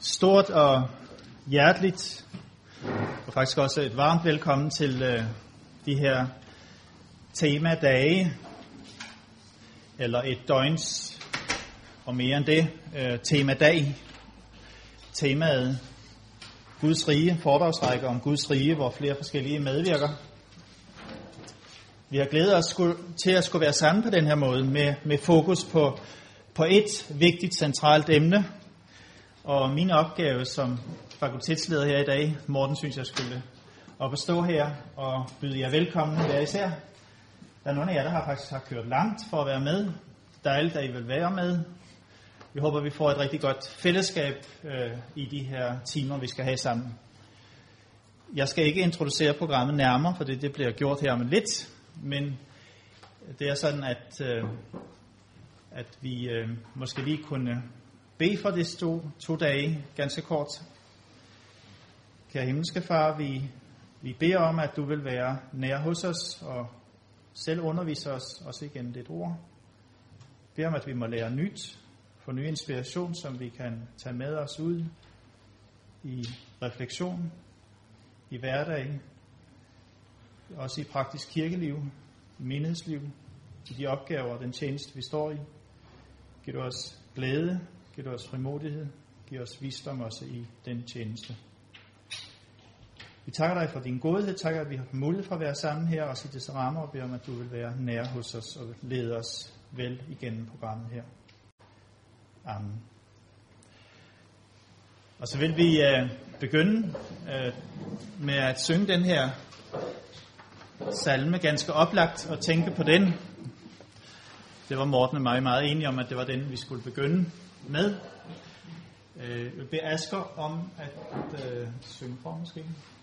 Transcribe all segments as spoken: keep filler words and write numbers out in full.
Stort og hjerteligt, og faktisk også et varmt velkommen til øh, de her temadage, eller et døgns, og mere end det, øh, temadag. Temaet Guds rige, foredragsrække om Guds rige, hvor flere forskellige medvirker. Vi har glædet os til at skulle være sammen på den her måde, med, med fokus på, på et vigtigt centralt emne. Og min opgave som fakultetsleder her i dag, Morten, synes jeg skulle op at stå her og byde jer velkommen hver især. Der er nogle af jer, der har faktisk har kørt langt for at være med. Der er alle, der I vil være med. Vi håber, vi får et rigtig godt fællesskab øh, i de her timer, vi skal have sammen. Jeg skal ikke introducere programmet nærmere, for det, det bliver gjort her om lidt. Men det er sådan, at, øh, at vi øh, måske lige kunne bede for det to, to dage, ganske kort. Kære himmelske far, vi, vi beder om, at du vil være nær hos os og selv undervise os, også igennem dit ord. Vi beder om, at vi må lære nyt, få ny inspiration, som vi kan tage med os ud i refleksion, i hverdagen, også i praktisk kirkeliv, i menighedsliv, i de opgaver og den tjeneste, vi står i. Giv du os glæde, giv du os frimodighed, giv os visdom også i den tjeneste. Vi takker dig for din godhed, takker at vi har mulighed for at være sammen her, også i disse rammer, og beder om, at du vil være nær hos os og lede os vel igennem programmet her. Amen. Og så vil vi uh, begynde uh, med at synge den her salme ganske oplagt og tænke på den. Det var Morten og mig meget enige om, at det var den, vi skulle begynde med. Uh, jeg vil bede Asger om at uh, synge for måske.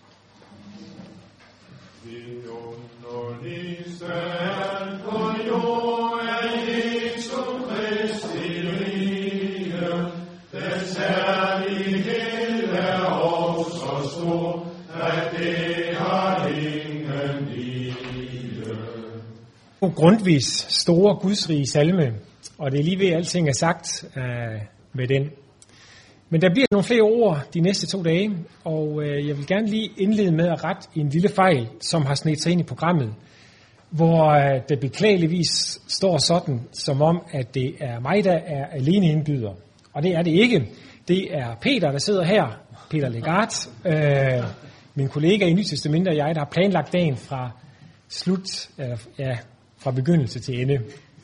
Det underligste på jord er Jesu Kristi rige, dets herlighed er også stor, at det har ingen lige. Grundtvigs store gudsrige salme, og det er lige ved, at alting er sagt uh, med den. Men der bliver nogle flere ord de næste to dage, og øh, jeg vil gerne lige indlede med at rette en lille fejl, som har snedt sig ind i programmet, hvor øh, det beklageligvis står sådan, som om, at det er mig, der er alene indbyder. Og det er det ikke. Det er Peter, der sidder her, Peter Legard, øh, min kollega i Nyt Testamente og jeg, der har planlagt dagen fra slut, øh, ja, fra begyndelse til ende.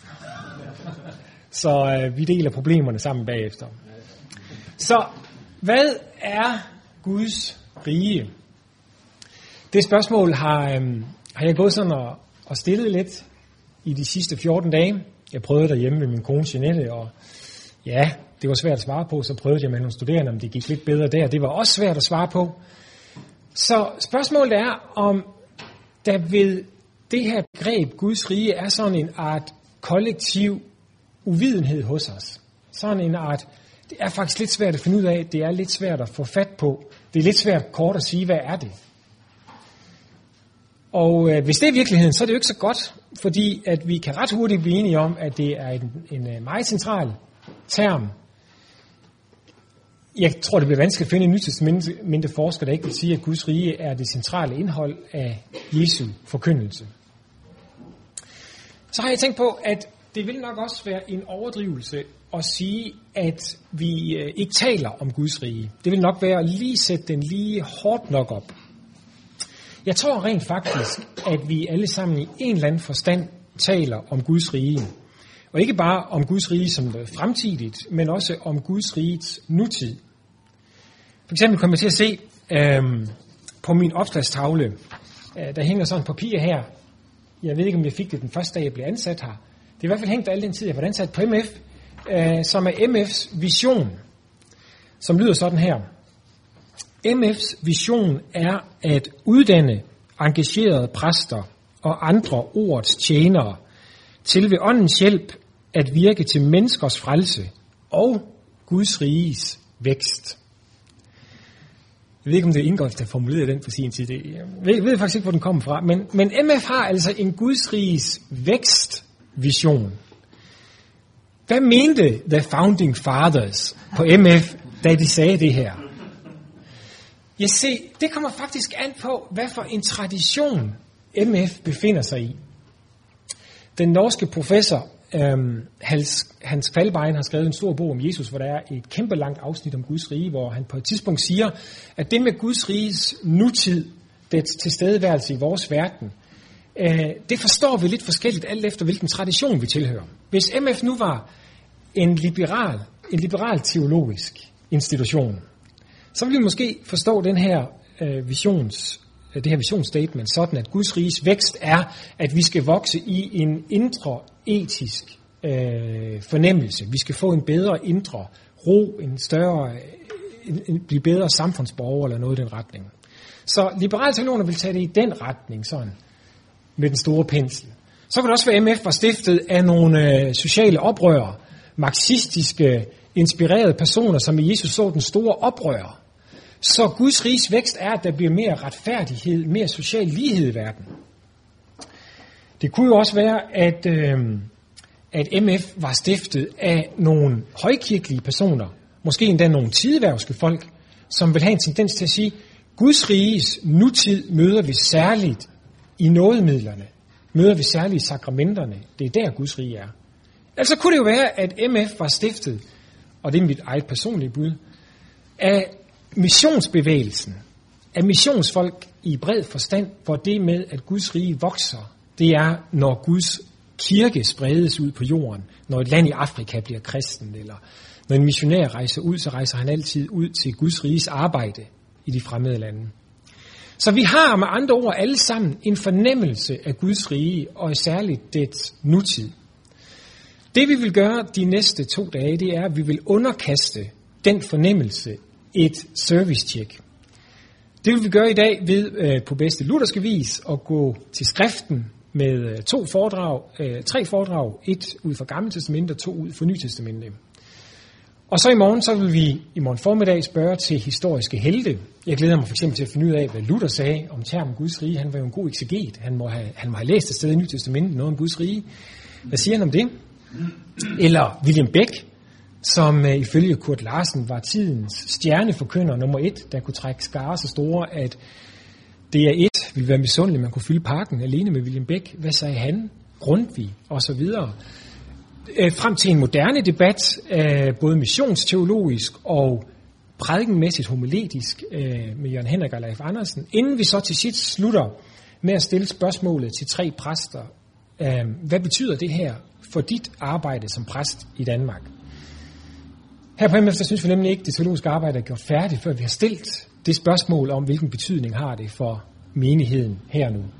Så øh, vi deler problemerne sammen bagefter. Så hvad er Guds rige? Det spørgsmål har, øhm, har jeg gået sådan og, og stillet lidt i de sidste fjorten dage. Jeg prøvede derhjemme med min kone Jeanette, og ja, det var svært at svare på. Så prøvede jeg med nogle studerende, om det gik lidt bedre der. Det var også svært at svare på. Så spørgsmålet er, om der ved det her begreb Guds rige er sådan en art kollektiv uvidenhed hos os. Sådan en art. Det er faktisk lidt svært at finde ud af, det er lidt svært at få fat på. Det er lidt svært kort at sige, hvad er det? Og øh, hvis det er virkeligheden, så er det jo ikke så godt, fordi at vi kan ret hurtigt blive enige om, at det er en, en meget central term. Jeg tror, det bliver vanskeligt at finde en nytestamentet forsker, der ikke vil sige, at Guds rige er det centrale indhold af Jesu forkyndelse. Så har jeg tænkt på, at det vil nok også være en overdrivelse at sige, at vi ikke taler om Guds rige. Det vil nok være at lige sætte den lige hårdt nok op. Jeg tror rent faktisk, at vi alle sammen i en eller anden forstand taler om Guds rige. Og ikke bare om Guds rige som fremtidigt, men også om Guds rigets nutid. For eksempel kommer jeg til at se øhm, på min opslagstavle, øh, der hænger sådan en papir her. Jeg ved ikke, om jeg fik det den første dag, jeg blev ansat her. Det er i hvert fald hængt der al den tid, jeg var ansat på M F, øh, som er M F's vision, som lyder sådan her. M F's vision er at uddanne engagerede præster og andre ordets tjenere til ved åndens hjælp at virke til menneskers frelse og Guds riges vækst. Jeg ved ikke, om det er Ingolf, der formulerede den for sin tid. Jeg ved, jeg ved faktisk ikke, hvor den kommer fra. Men, men M F har altså en Guds riges vækstvision. Hvad mente the founding fathers på M F da de sagde det her. Jeg se, det kommer faktisk an på, hvad for en tradition M F befinder sig i. Den norske professor øhm, Hans, Hans Faldbein har skrevet en stor bog om Jesus, hvor der er et kæmpe langt afsnit om Guds rige, hvor han på et tidspunkt siger, at det med Guds riges nutid, dets tilstedeværelse i vores verden, øh, det forstår vi lidt forskelligt alt efter, hvilken tradition vi tilhører. Hvis M F nu var en liberal, en liberal teologisk institution, så vil vi måske forstå den her øh, visions, det her visionsstatement sådan, at Guds riges vækst er, at vi skal vokse i en indre etisk øh, fornemmelse. Vi skal få en bedre indre ro, en større, en, en, blive bedre samfundsborger eller noget i den retning. Så liberale teologer vil tage det i den retning, sådan, med den store pensel. Så kan det også være, at M F var stiftet af nogle øh, sociale oprørere, marxistiske, inspirerede personer, som i Jesus så den store oprører. Så Guds riges vækst er, at der bliver mere retfærdighed, mere social lighed i verden. Det kunne jo også være, at, øh, at M F var stiftet af nogle højkirkelige personer, måske endda nogle tideværvske folk, som vil have en tendens til at sige, Guds riges nutid møder vi særligt i nådemidlerne, møder vi særligt i sakramenterne. Det er der Guds rige er. Altså kunne det jo være, at M F var stiftet, og det er mit eget personlige bud, af missionsbevægelsen, af missionsfolk i bred forstand, hvor det med, at Guds rige vokser, det er, når Guds kirke spredes ud på jorden, når et land i Afrika bliver kristen, eller når en missionær rejser ud, så rejser han altid ud til Guds riges arbejde i de fremmede lande. Så vi har med andre ord alle sammen en fornemmelse af Guds rige, og særligt dets nutid. Det vi vil gøre de næste to dage, det er, at vi vil underkaste den fornemmelse et service-check. Det vil vi gøre i dag ved øh, på bedste lutherske vis at gå til skriften med øh, to foredrag, øh, tre foredrag, et ud fra Gamle Testamente og to ud fra Nye Testamente. Og så i morgen, så vil vi i morgen formiddag spørge til historiske helte. Jeg glæder mig for eksempel til at finde ud af, hvad Luther sagde om termen Guds rige. Han var jo en god ekseget. Han må have, han må have læst et sted i Nye Testamente noget om Guds rige. Hvad siger han om det? Eller William Beck, som uh, ifølge Kurt Larsen var tidens stjerneforkynder nummer et, der kunne trække skarer så store, at D R et ville være misundelig, man kunne fylde parken alene med William Beck. Hvad sagde han? Grundtvig og så videre. Uh, frem til en moderne debat, uh, både missionsteologisk og prædikenmæssigt homiletisk uh, med Jørgen Henrik og Leif Andersen, inden vi så til sidst slutter med at stille spørgsmålet til tre præster. Uh, hvad betyder det her for dit arbejde som præst i Danmark? Her på M F, der synes vi nemlig ikke, at det teologiske arbejde er gjort færdigt, før vi har stillet det spørgsmål om, hvilken betydning har det for menigheden her nu.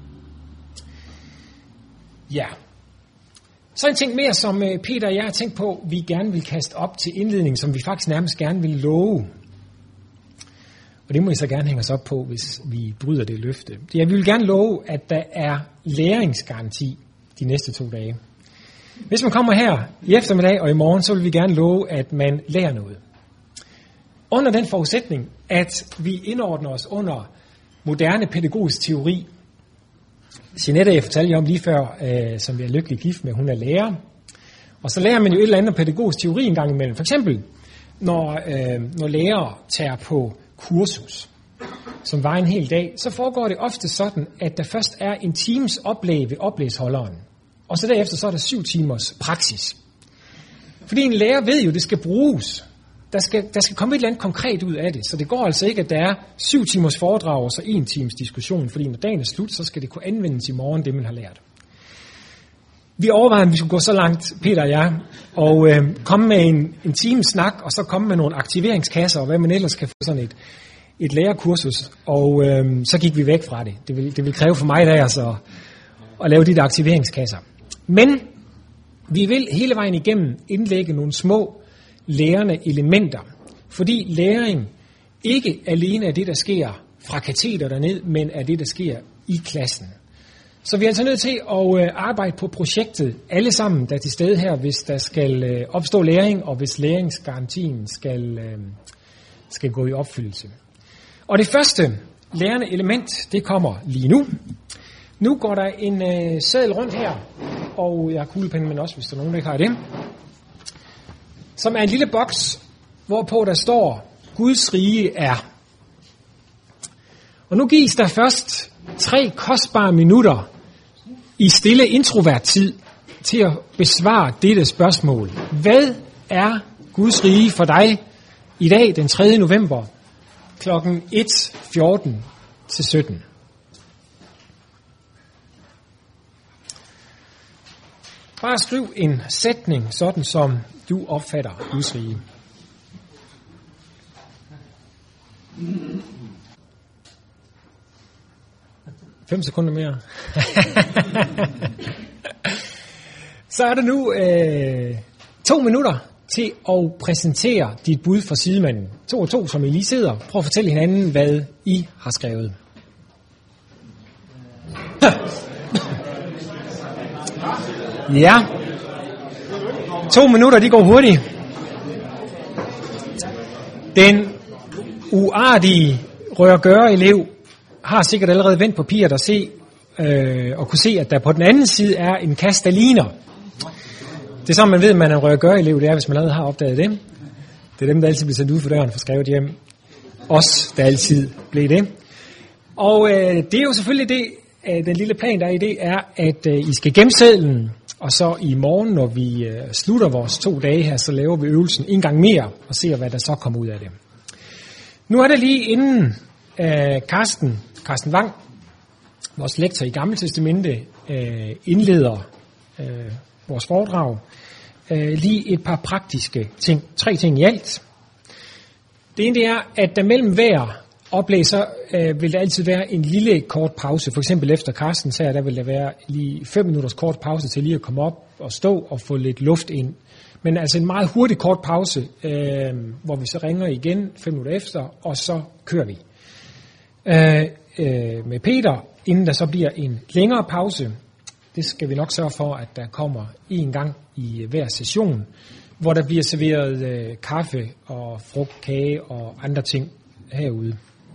Ja. Så en ting mere, som Peter og jeg har tænkt på, vi gerne vil kaste op til indledning, som vi faktisk nærmest gerne vil love. Og det må I så gerne hænge os op på, hvis vi bryder det løfte. Det er, vi vil gerne love, at der er læringsgaranti de næste to dage. Hvis man kommer her i eftermiddag og i morgen, så vil vi gerne love, at man lærer noget. Under den forudsætning, at vi indordner os under moderne pædagogisk teori. Jeanette, jeg fortalte jer om lige før, øh, som vi er lykkelig gift med, hun er lærer. Og så lærer man jo et eller andet pædagogisk teori en gang imellem. For eksempel, når, øh, når lærere tager på kursus, som var en hel dag, så foregår det ofte sådan, at der først er en times oplæg ved oplægsholderen. Og så derefter så er der syv timers praksis. Fordi en lærer ved jo, at det skal bruges. Der skal, der skal komme et eller andet konkret ud af det. Så det går altså ikke, at der er syv timers foredrag og så en times diskussion. Fordi når dagen er slut, så skal det kunne anvendes i morgen, det man har lært. Vi overvejede, at vi skulle gå så langt, Peter og jeg, og øh, komme med en, en times snak, og så komme med nogle aktiveringskasser, og hvad man ellers kan få sådan et, et lærerkursus. Og øh, så gik vi væk fra det. Det vil, det vil kræve for mig der altså at lave de der aktiveringskasser. Men vi vil hele vejen igennem indlægge nogle små lærende elementer, fordi læring ikke alene er det, der sker fra kateter derned, men er det, der sker i klassen. Så vi er altså nødt til at arbejde på projektet, alle sammen, der er til stede her, hvis der skal opstå læring, og hvis læringsgarantien skal, skal gå i opfyldelse. Og det første lærende element, det kommer lige nu. Nu går der en øh, seddel rundt her, og jeg har kuglepenne, men også hvis der er nogen, der ikke har det, som er en lille boks, hvorpå der står Guds rige er. Og nu gives der først tre kostbare minutter i stille introvert tid til at besvare dette spørgsmål. Hvad er Guds rige for dig i dag, den tredje november, klokken et fjorten til sytten? Bare skriv en sætning, sådan som du opfatter Guds rige. Fem sekunder mere. Så er der nu øh, to minutter til at præsentere dit bud for sidemanden. To og to, som I lige sidder. Prøv at fortælle hinanden, hvad I har skrevet. Ja. To minutter, de går hurtigt. Den uartige rørgøre-elev har sikkert allerede vendt papiret og, se, øh, og kunne se, at der på den anden side er en kasse, der ligner. Det er sådan, man ved, at man er en rørgøre-elev, det er, hvis man allerede har opdaget det. Det er dem, der altid bliver sendt ud for døren for skrevet hjem. Os, der altid blev det. Og øh, det er jo selvfølgelig det, øh, den lille plan, der er i det, er, at øh, I skal gemme sedlen, og så i morgen, når vi øh, slutter vores to dage her, så laver vi øvelsen en gang mere, og ser, hvad der så kommer ud af det. Nu er det lige inden øh, Carsten, Carsten Wang, vores lektor i Gamle Testamente, øh, indleder øh, vores foredrag, øh, lige et par praktiske ting, tre ting i alt. Det ene det er, at der mellem hver oplæg, så øh, vil der altid være en lille kort pause. For eksempel efter Carsten sagde, der vil der være lige fem minutters kort pause til lige at komme op og stå og få lidt luft ind. Men altså en meget hurtig kort pause, øh, hvor vi så ringer igen fem minutter efter, og så kører vi. Øh, øh, med Peter, inden der så bliver en længere pause, det skal vi nok sørge for, at der kommer en gang i hver session, hvor der bliver serveret øh, kaffe og frugt, kage og andre ting herude.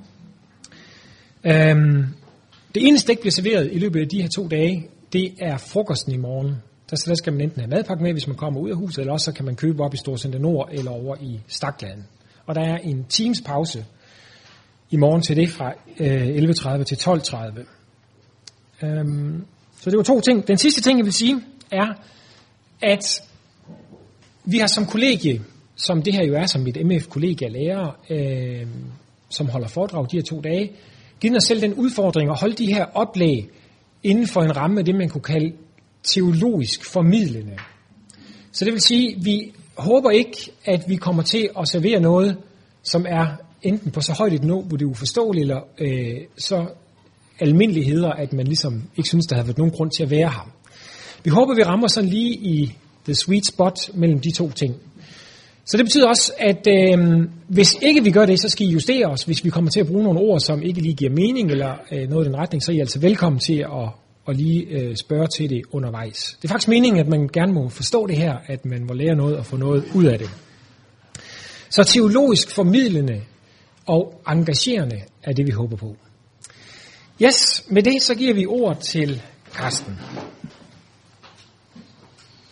Øhm, det eneste, der ikke bliver serveret i løbet af de her to dage, det er frokosten i morgen. Der, så der skal man enten have madpakke med, hvis man kommer ud af huset, eller også så kan man købe op i Storcenter Nord eller over i Stakland. Og der er en times pause i morgen til det fra øh, elleve tredive til tolv tredive. Øhm, så det var to ting. Den sidste ting, jeg vil sige, er, at vi har som kollegie, som det her jo er, som et M F-kollegie af lærere, øh, som holder foredrag de her to dage, givet os selv den udfordring at holde de her oplæg inden for en ramme af det, man kunne kalde teologisk formidlende. Så det vil sige, at vi håber ikke, at vi kommer til at servere noget, som er enten på så højt et niveau, hvor det er uforståeligt, eller øh, så almindeligheder, at man ligesom ikke synes, der har været nogen grund til at være her. Vi håber, vi rammer sådan lige i the sweet spot mellem de to ting. Så det betyder også, at øh, hvis ikke vi gør det, så skal I justere os. Hvis vi kommer til at bruge nogle ord, som ikke lige giver mening, eller øh, noget i den retning, så er I altså velkommen til at, at lige øh, spørge til det undervejs. Det er faktisk meningen, at man gerne må forstå det her, at man må lære noget og få noget ud af det. Så teologisk formidlende og engagerende er det, vi håber på. Yes, med det så giver vi ord til Carsten.